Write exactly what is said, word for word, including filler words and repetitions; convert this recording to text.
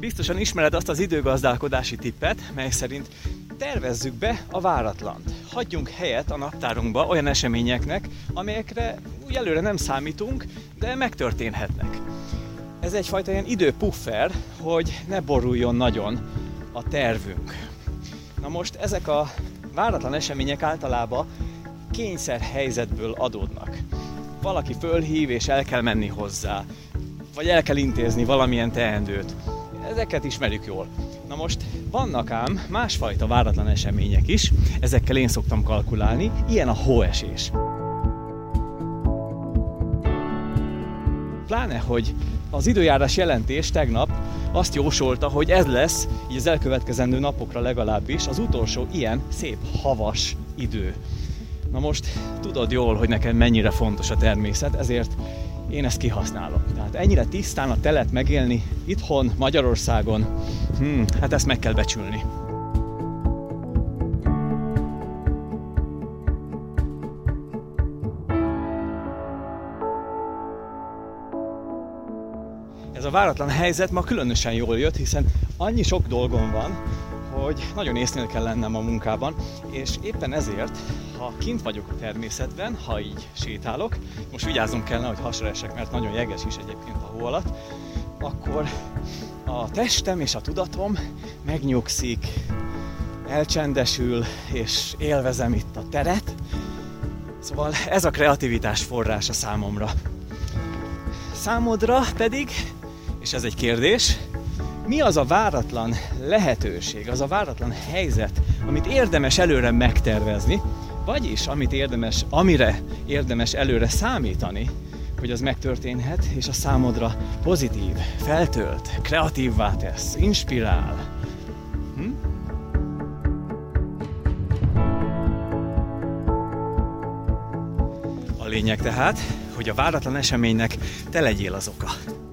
Biztosan ismered azt az időgazdálkodási tippet, mely szerint tervezzük be a váratlant. Hagyjunk helyet a naptárunkba olyan eseményeknek, amelyekre úgy előre nem számítunk, de megtörténhetnek. Ez egyfajta ilyen időpuffer, hogy ne boruljon nagyon a tervünk. Na most ezek a váratlan események általában kényszerhelyzetből adódnak. Valaki fölhív és el kell menni hozzá, vagy el kell intézni valamilyen teendőt. Ezeket ismerjük jól. Na most vannak ám másfajta váratlan események is, ezekkel én szoktam kalkulálni, ilyen a hóesés. Pláne, hogy az időjárás jelentés tegnap azt jósolta, hogy ez lesz, így az elkövetkezendő napokra legalábbis, az utolsó ilyen szép havas idő. Na most tudod jól, hogy nekem mennyire fontos a természet, ezért én ezt kihasználom. Tehát ennyire tisztán a telet megélni itthon, Magyarországon, hmm, hát ezt meg kell becsülni. Ez a váratlan helyzet ma különösen jól jött, hiszen annyi sok dolgom van, hogy nagyon észnél kell lennem a munkában, és éppen ezért, ha kint vagyok a természetben, ha így sétálok, most vigyázzunk kellene, hogy hasra esek, mert nagyon jeges is egyébként a hó alatt, akkor a testem és a tudatom megnyugszik, elcsendesül, és élvezem itt a teret. Szóval ez a kreativitás forrása számomra. Számodra pedig, és ez egy kérdés, mi az a váratlan lehetőség, az a váratlan helyzet, amit érdemes előre megtervezni, vagyis amit érdemes, amire érdemes előre számítani, hogy az megtörténhet, és a számodra pozitív, feltölt, kreatívvá tesz, inspirál. Hm? A lényeg tehát, hogy a váratlan eseménynek te legyél az oka.